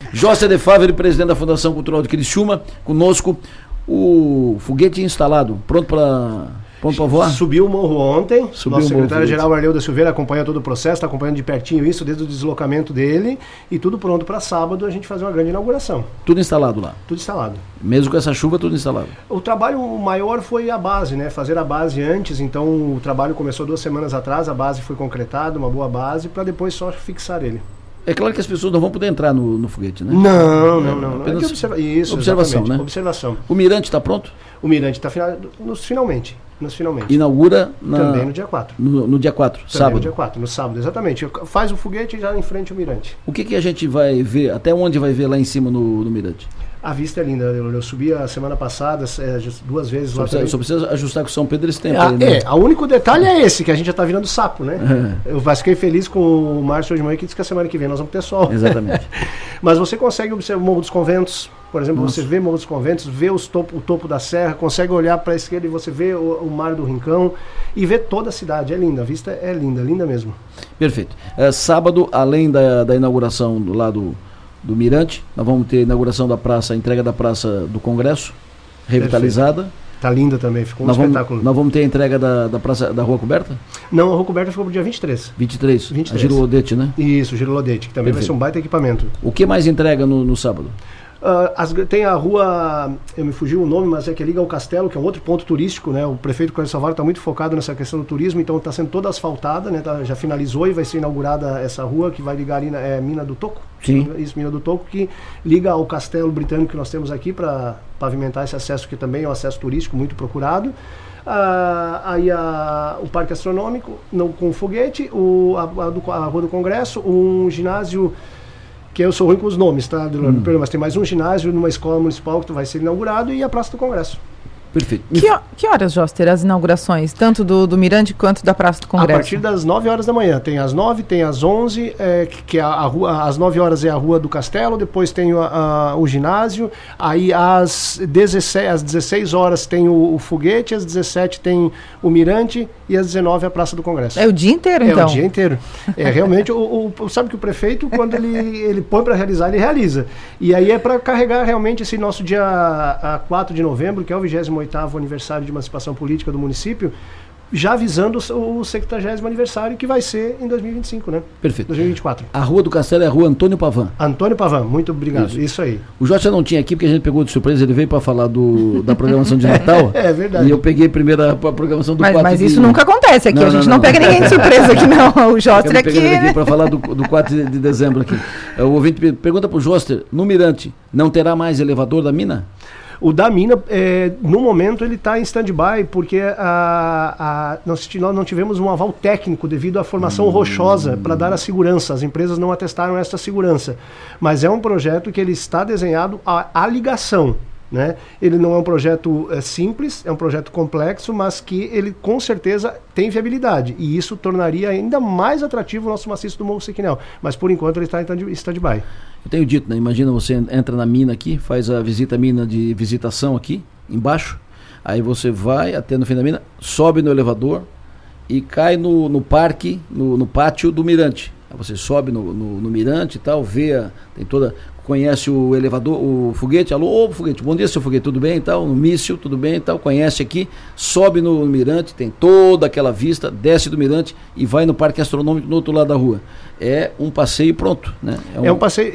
Joster de Favre, presidente da Fundação Cultural de Criciúma, conosco. O foguete instalado, pronto para voar? Subiu o morro ontem. Nosso secretário-geral Arleu da Silveira acompanha todo o processo, está acompanhando de pertinho isso, desde o deslocamento dele, e tudo pronto para sábado a gente fazer uma grande inauguração. Tudo instalado lá? Tudo instalado. Mesmo com essa chuva, tudo instalado? O trabalho maior foi a base, né? Fazer a base antes, então o trabalho começou 2 semanas atrás, a base foi concretada, uma boa base, para depois só fixar ele. É claro que as pessoas não vão poder entrar no foguete, né? Não. Apenas isso, observação, né? Observação. O Mirante está pronto? O Mirante está nos finalmente. Inaugura também no dia 4. No dia 4, também sábado? No dia 4, no sábado, exatamente. Faz o foguete e já em frente ao Mirante. O que a gente vai ver, até onde vai ver lá em cima no Mirante? A vista é linda, eu subi a semana passada 2 vezes lá. Só precisa ajustar com o São Pedro esse tempo aí, né? O único detalhe é esse, que a gente já está virando sapo, né? Eu fiquei feliz com o Márcio hoje de manhã, que disse que a semana que vem nós vamos ter sol. Exatamente. Mas você consegue observar o Morro dos Conventos, por exemplo. Nossa. Você vê o Morro dos Conventos, vê o topo da serra, consegue olhar para a esquerda e você vê o Mar do Rincão e vê toda a cidade. É linda, a vista é linda, linda mesmo. Perfeito. Sábado, além da inauguração do lado do Mirante, nós vamos ter a inauguração da praça, a entrega da praça do Congresso, revitalizada. Tá linda também, ficou um espetáculo. Nós vamos ter a entrega da praça da Rua Coberta? Não, a Rua Coberta ficou pro dia 23. 23. A Giro Lodete, né? Isso, Giro Lodete, que também vai ser um baita equipamento. O que mais entrega no sábado? Tem a rua, eu me fugiu o nome, mas é que liga ao Castelo, que é um outro ponto turístico, né? O prefeito Cláudio Salvador está muito focado nessa questão do turismo, então está sendo toda asfaltada, né? Já finalizou e vai ser inaugurada essa rua que vai ligar ali na Mina do Toco. Sim. Isso, Mina do Toco, que liga ao Castelo Britânico que nós temos aqui para pavimentar esse acesso, que também é um acesso turístico muito procurado. O Parque Astronômico com o foguete, a Rua do Congresso, um ginásio, que eu sou ruim com os nomes, tá? Mas tem mais um ginásio numa escola municipal que vai ser inaugurado, e a Praça do Congresso. Perfeito. Que horas, Joster, as inaugurações, tanto do Mirante quanto da Praça do Congresso? A partir das 9 horas da manhã. Tem às 9, tem às 11, que a rua, às 9 horas é a Rua do Castelo, depois tem o ginásio, aí às 16 horas tem o foguete, às 17 tem o Mirante e às 19 a Praça do Congresso. É o dia inteiro, então? É o dia inteiro. Realmente, sabe que o prefeito, quando ele põe para realizar, ele realiza. E aí é para carregar realmente esse nosso dia 4 de novembro, que é o 28º aniversário de emancipação política do município, já visando o 70º aniversário, que vai ser em 2025, né? Perfeito. 2024. A Rua do Castelo é a Rua Antônio Pavan. Antônio Pavan, muito obrigado. Isso aí. O Jorge não tinha aqui porque a gente pegou de surpresa, ele veio para falar da programação de Natal. É verdade. E eu peguei primeiro a programação do 4 Mas isso nunca acontece aqui, a gente não pega ninguém de surpresa aqui, não. O Joster aqui... aqui para falar do 4 de dezembro aqui. O ouvinte pergunta para o Joster, no Mirante, não terá mais elevador da mina? O da mina, no momento, ele está em stand-by, porque nós não tivemos um aval técnico devido à formação rochosa para dar a segurança. As empresas não atestaram esta segurança. Mas é um projeto que ele está desenhado à ligação, né? Ele não é um projeto simples, é um projeto complexo, mas que ele com certeza tem viabilidade. E isso tornaria ainda mais atrativo o nosso maciço do Morro Sequinel. Mas por enquanto ele está em stand-by. Eu tenho dito, né? Imagina você entra na mina aqui, faz a mina de visitação aqui, embaixo, aí você vai até no fim da mina, sobe no elevador e cai no parque, no pátio do Mirante. Aí você sobe no Mirante e tal, conhece o elevador, o foguete, alô, foguete, bom dia, seu foguete, tudo bem e tal, no míssil, tudo bem e tal, conhece aqui, sobe no Mirante, tem toda aquela vista, desce do Mirante e vai no Parque Astronômico no outro lado da rua. É um passeio pronto, né? É um passeio,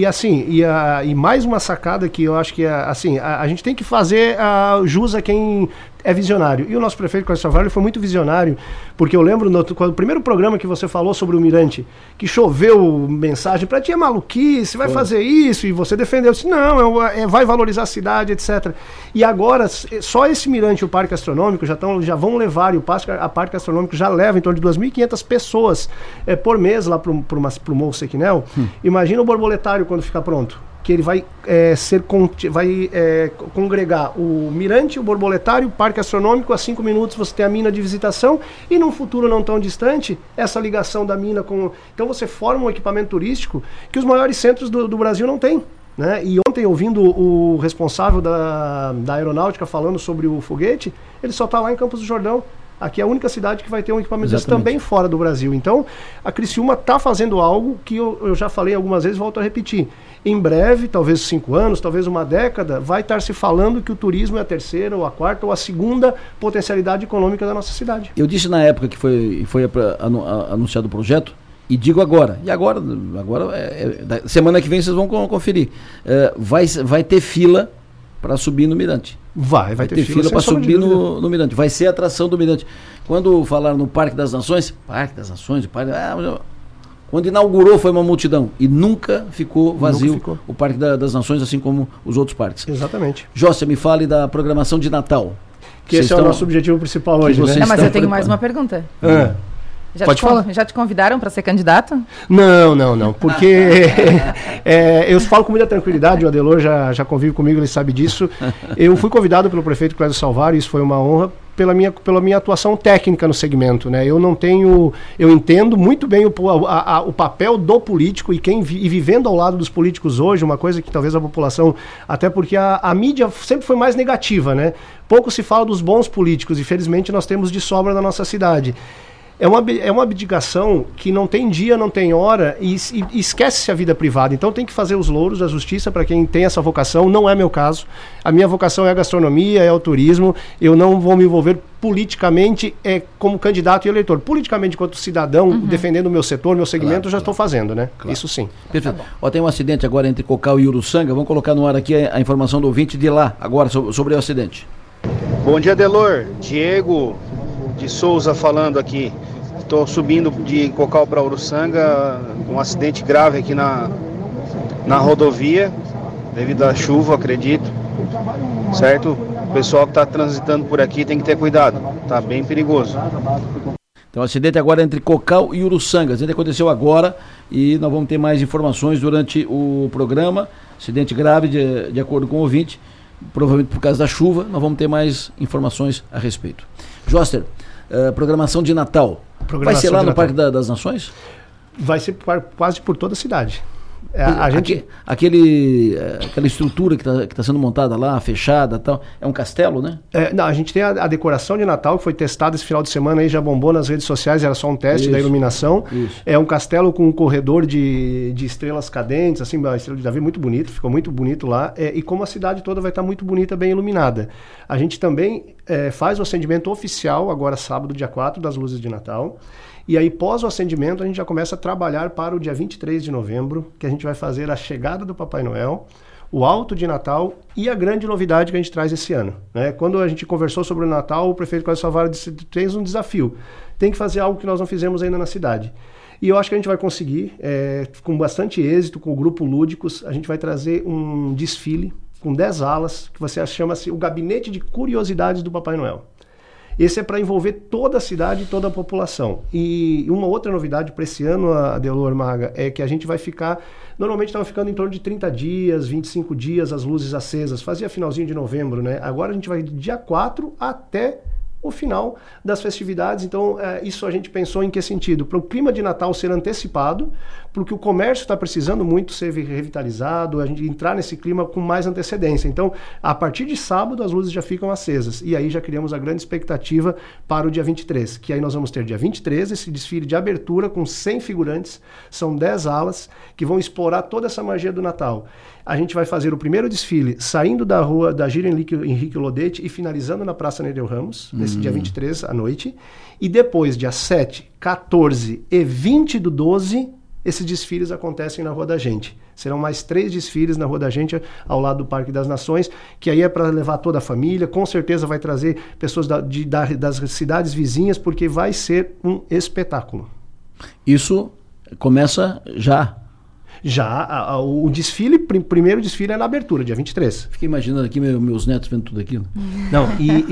e mais uma sacada que eu acho que a gente tem que fazer jus a quem é visionário. E o nosso prefeito Cláudio Salvador foi muito visionário, porque eu lembro quando o primeiro programa que você falou sobre o Mirante, que choveu mensagem para ti, é maluquice, vai fazer isso, e você defendeu, disse, não, vai valorizar a cidade, etc. E agora, só esse Mirante e o Parque Astronômico já vão levar, e a Parque Astronômico já leva em torno de 2.500 pessoas por mês lá pro Morro Sequinel. Imagina o borboletário quando ficar pronto, que ele vai congregar o Mirante, o borboletário, o Parque Astronômico. A 5 minutos você tem a mina de visitação, e num futuro não tão distante, essa ligação da mina com... Então você forma um equipamento turístico que os maiores centros do Brasil não têm, né? E ontem, ouvindo o responsável da aeronáutica falando sobre o foguete, ele só está lá em Campos do Jordão. Aqui é a única cidade que vai ter um equipamento desse também fora do Brasil. Então, a Criciúma está fazendo algo que eu já falei algumas vezes, volto a repetir. em breve, talvez 5 anos, talvez uma década, vai estar se falando que o turismo é a terceira, ou a quarta, ou a segunda potencialidade econômica da nossa cidade. Eu disse na época que foi anunciado o projeto, e digo agora, semana que vem vocês vão conferir, vai ter fila para subir no Mirante. Vai ter fila para subir no Mirante. Vai ser a atração do Mirante. Quando falaram no Parque das Nações, quando inaugurou foi uma multidão e nunca ficou vazio o Parque das Nações, assim como os outros parques. Exatamente. Jócia, me fale da programação de Natal. Que esse é o nosso objetivo principal hoje, né? Mas eu tenho mais uma pergunta. Pode falar? Já te convidaram para ser candidato? Não, porque eu falo com muita tranquilidade, o Adelor já convive comigo, ele sabe disso. Eu fui convidado pelo prefeito Clésio Salvar, e isso foi uma honra, pela minha atuação técnica no segmento, né? Eu entendo muito bem o papel do político e vivendo ao lado dos políticos hoje, uma coisa que talvez a população, até porque a mídia sempre foi mais negativa, né? Pouco se fala dos bons políticos, e felizmente nós temos de sobra na nossa cidade. É uma abdicação que não tem dia, não tem hora, e esquece-se a vida privada. Então tem que fazer os louros da justiça para quem tem essa vocação. Não é meu caso. A minha vocação é a gastronomia, é o turismo. Eu não vou me envolver politicamente como candidato e eleitor. Politicamente, enquanto cidadão, defendendo o meu setor, meu segmento, eu já estou fazendo, né? Claro. Isso sim. Perfeito. Tem um acidente agora entre Cocal e Uruçanga. Vamos colocar no ar aqui a informação do ouvinte de lá, agora, sobre o acidente. Bom dia, Adelor. Diego de Souza falando aqui. Estou subindo de Cocal para Uruçanga, um acidente grave aqui na rodovia, devido à chuva, acredito, certo? O pessoal que está transitando por aqui tem que ter cuidado, está bem perigoso. Então, o acidente agora entre Cocal e Uruçanga. O acidente aconteceu agora e nós vamos ter mais informações durante o programa. Acidente grave, de acordo com o ouvinte, provavelmente por causa da chuva. Nós vamos ter mais informações a respeito. Joster, programação de Natal. Vai ser lá no Parque das Nações? Vai ser quase por toda a cidade. Aquela estrutura que está sendo montada lá, fechada e tal, é um castelo, né? Não, a gente tem a decoração de Natal, que foi testada esse final de semana aí, já bombou nas redes sociais, era só um teste da iluminação. Isso. É um castelo com um corredor de estrelas cadentes, assim, a estrela de Davi, muito bonito, ficou muito bonito lá. E como a cidade toda vai estar muito bonita, bem iluminada. A gente também faz o acendimento oficial, agora sábado, dia 4, das luzes de Natal. E aí, pós o acendimento, a gente já começa a trabalhar para o dia 23 de novembro, que a gente vai fazer a chegada do Papai Noel, o alto de Natal e a grande novidade que a gente traz esse ano, né? Quando a gente conversou sobre o Natal, o prefeito Clésio Salvar disse: tens um desafio, tem que fazer algo que nós não fizemos ainda na cidade. E eu acho que a gente vai conseguir, com bastante êxito, com o Grupo Lúdicos, a gente vai trazer um desfile com 10 alas, que você chama-se o Gabinete de Curiosidades do Papai Noel. Esse é para envolver toda a cidade e toda a população. E uma outra novidade para esse ano, Adelor Maga, é que a gente vai ficar... Normalmente estava ficando em torno de 30 dias, 25 dias, as luzes acesas. Fazia finalzinho de novembro, né? Agora a gente vai de dia 4 até o final das festividades. Então, isso a gente pensou em que sentido? Para o clima de Natal ser antecipado, porque o comércio está precisando muito ser revitalizado, a gente entrar nesse clima com mais antecedência. Então, a partir de sábado, as luzes já ficam acesas. E aí já criamos a grande expectativa para o dia 23, que aí nós vamos ter dia 23, esse desfile de abertura com 100 figurantes, são 10 alas, que vão explorar toda essa magia do Natal. A gente vai fazer o primeiro desfile saindo da rua da Gira Henrique Lodete e finalizando na Praça Nereu Ramos, nesse dia 23 à noite. E depois, dia 7, 14 e 20 do 12, esses desfiles acontecem na Rua da Gente. Serão mais 3 desfiles na Rua da Gente, ao lado do Parque das Nações, que aí é para levar toda a família. Com certeza vai trazer pessoas das cidades vizinhas, porque vai ser um espetáculo. Isso começa já? Já, o desfile, primeiro desfile é na abertura, dia 23. Fiquei imaginando aqui meus netos vendo tudo aquilo. Não,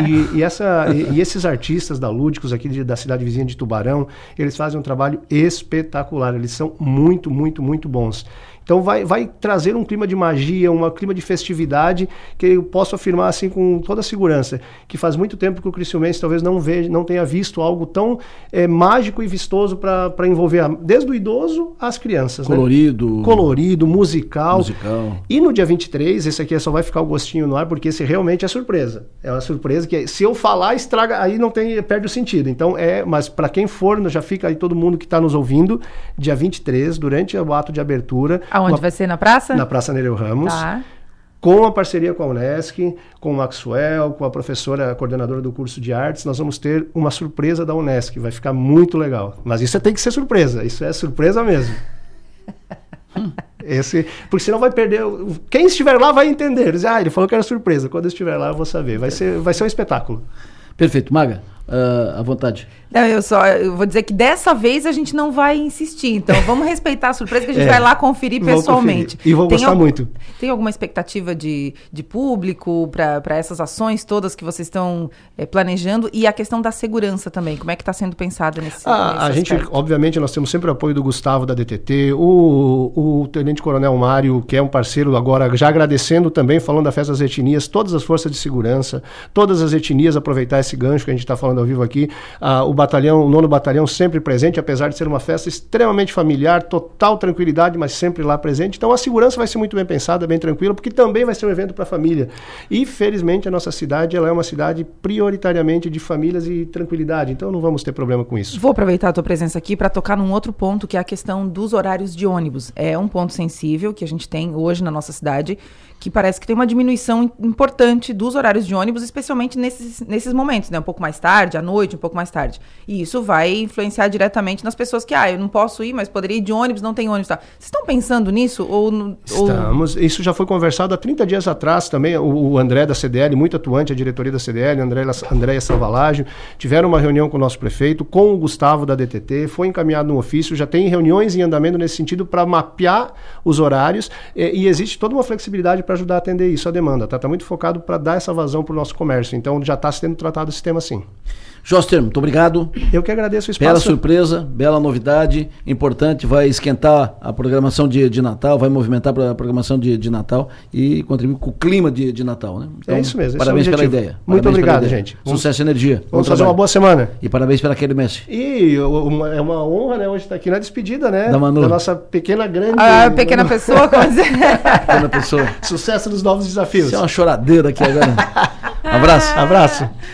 e esses artistas da Lúdicos aqui da cidade vizinha de Tubarão, eles fazem um trabalho espetacular, eles são muito, muito, muito bons. Então vai trazer um clima de magia, um clima de festividade, que eu posso afirmar assim com toda a segurança, que faz muito tempo que o criciumense talvez não tenha visto algo tão mágico e vistoso para envolver desde o idoso às crianças. Colorido, musical. E no dia 23, esse aqui só vai ficar o gostinho no ar, porque esse realmente é surpresa. É uma surpresa que se eu falar, estraga, aí perde o sentido. Então mas para quem for, já fica aí todo mundo que está nos ouvindo, dia 23, durante o ato de abertura, Aonde vai ser? Na praça? Na Praça Nereu Ramos. Tá. Com a parceria com a Unesc, com o Maxwell, com a professora, a coordenadora do curso de artes, nós vamos ter uma surpresa da Unesc. Vai ficar muito legal. Mas isso tem que ser surpresa. Isso é surpresa mesmo. Porque senão vai perder. Quem estiver lá vai entender. Diz, ele falou que era surpresa. Quando eu estiver lá, eu vou saber. Vai ser um espetáculo. Perfeito. Maga, à vontade. Não, eu vou dizer que dessa vez a gente não vai insistir. Então vamos respeitar a surpresa que a gente vai lá conferir pessoalmente. Conferir. E vou gostar muito. Tem alguma expectativa de público para essas ações todas que vocês estão planejando? E a questão da segurança também. Como é que está sendo pensada nesse A gente, obviamente, nós temos sempre o apoio do Gustavo da DTT, o Tenente Coronel Mário, que é um parceiro agora, já agradecendo também, falando da Festa das Etnias, todas as forças de segurança, todas as etnias, aproveitar esse gancho que a gente está falando ao vivo aqui, o 9º Batalhão sempre presente, apesar de ser uma festa extremamente familiar, total tranquilidade, mas sempre lá presente. Então a segurança vai ser muito bem pensada, bem tranquila, porque também vai ser um evento para a família. E felizmente a nossa cidade, ela é uma cidade prioritariamente de famílias e tranquilidade, então não vamos ter problema com isso. Vou aproveitar a tua presença aqui para tocar num outro ponto, que é a questão dos horários de ônibus. É um ponto sensível que a gente tem hoje na nossa cidade, que parece que tem uma diminuição importante dos horários de ônibus, especialmente nesses momentos, né? Um pouco mais tarde, à noite, um pouco mais tarde. E isso vai influenciar diretamente nas pessoas que, eu não posso ir, mas poderia ir de ônibus, não tem ônibus. Tá. Vocês estão pensando nisso? Estamos. Isso já foi conversado há 30 dias atrás também. O André da CDL, muito atuante, a diretoria da CDL, Andréia Salvalágio, tiveram uma reunião com o nosso prefeito, com o Gustavo da DTT, foi encaminhado um ofício, já tem reuniões em andamento nesse sentido para mapear os horários e existe toda uma flexibilidade para ajudar a atender isso, a demanda. Tá muito focado para dar essa vazão para o nosso comércio. Então já está sendo tratado esse tema sim. Joster, muito obrigado. Eu que agradeço o espaço. Bela surpresa, bela novidade, importante, vai esquentar a programação de Natal, vai movimentar a programação de Natal e contribuir com o clima de Natal, né? Então, é isso mesmo. Parabéns pela ideia. Muito obrigado, gente. Sucesso e energia. Vamos fazer uma boa semana. E parabéns pela aquele Messi. E é uma honra, né, hoje estar aqui na despedida, né? Da Manu. Da nossa pequena grande... pequena pessoa, como dizer. Pequena pessoa. Sucesso nos novos desafios. Isso é uma choradeira aqui agora. Abraço. Abraço.